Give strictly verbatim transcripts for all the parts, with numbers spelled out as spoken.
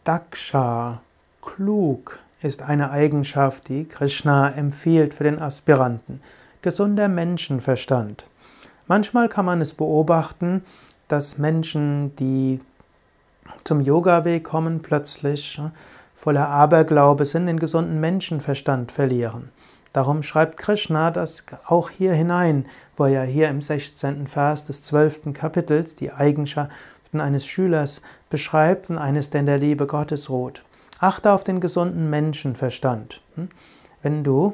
Daksha, klug, ist eine Eigenschaft, die Krishna empfiehlt für den Aspiranten. Gesunder Menschenverstand. Manchmal kann man es beobachten, dass Menschen, die zum Yoga-Weg kommen, plötzlich voller Aberglaube sind, den gesunden Menschenverstand verlieren. Darum schreibt Krishna das auch hier hinein, wo er hier im sechzehnten Vers des zwölften Kapitels die Eigenschaften eines Schülers beschreibt und eines, der in der Liebe Gottes ruht. Achte auf den gesunden Menschenverstand. Wenn du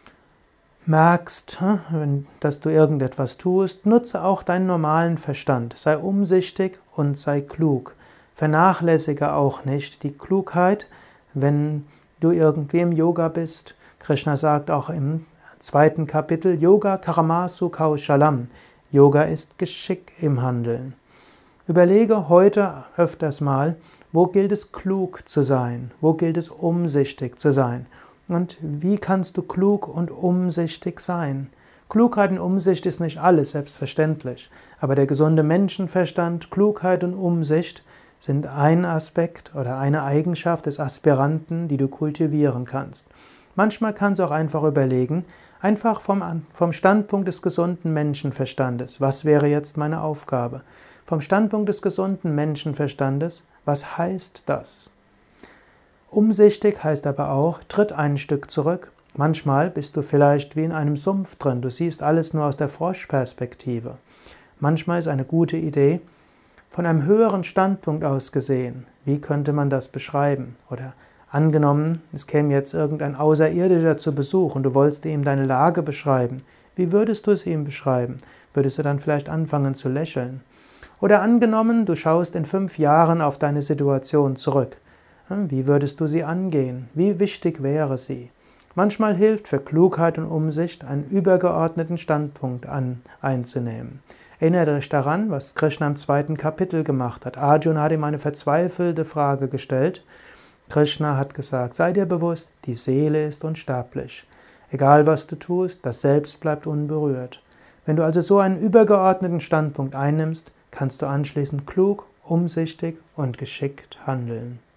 merkst, dass du irgendetwas tust, nutze auch deinen normalen Verstand. Sei umsichtig und sei klug. Vernachlässige auch nicht die Klugheit, wenn du irgendwie im Yoga bist. Krishna sagt auch im zweiten Kapitel, Yoga Karmasu Kaushalam. Yoga ist Geschick im Handeln. Überlege heute öfters mal, wo gilt es klug zu sein? Wo gilt es umsichtig zu sein? Und wie kannst du klug und umsichtig sein? Klugheit und Umsicht ist nicht alles, selbstverständlich. Aber der gesunde Menschenverstand, Klugheit und Umsicht sind ein Aspekt oder eine Eigenschaft des Aspiranten, die du kultivieren kannst. Manchmal kannst du auch einfach überlegen, einfach vom, vom Standpunkt des gesunden Menschenverstandes, was wäre jetzt meine Aufgabe? Vom Standpunkt des gesunden Menschenverstandes, was heißt das? Umsichtig heißt aber auch, tritt ein Stück zurück. Manchmal bist du vielleicht wie in einem Sumpf drin, du siehst alles nur aus der Froschperspektive. Manchmal ist eine gute Idee, von einem höheren Standpunkt aus gesehen, wie könnte man das beschreiben? Oder angenommen, es käme jetzt irgendein Außerirdischer zu Besuch und du wolltest ihm deine Lage beschreiben. Wie würdest du es ihm beschreiben? Würdest du dann vielleicht anfangen zu lächeln? Oder angenommen, du schaust in fünf Jahren auf deine Situation zurück. Wie würdest du sie angehen? Wie wichtig wäre sie? Manchmal hilft für Klugheit und Umsicht, einen übergeordneten Standpunkt an, einzunehmen. Erinnere dich daran, was Krishna im zweiten Kapitel gemacht hat. Arjuna hat ihm eine verzweifelte Frage gestellt. Krishna hat gesagt, sei dir bewusst, die Seele ist unsterblich. Egal was du tust, das Selbst bleibt unberührt. Wenn du also so einen übergeordneten Standpunkt einnimmst, kannst du anschließend klug, umsichtig und geschickt handeln.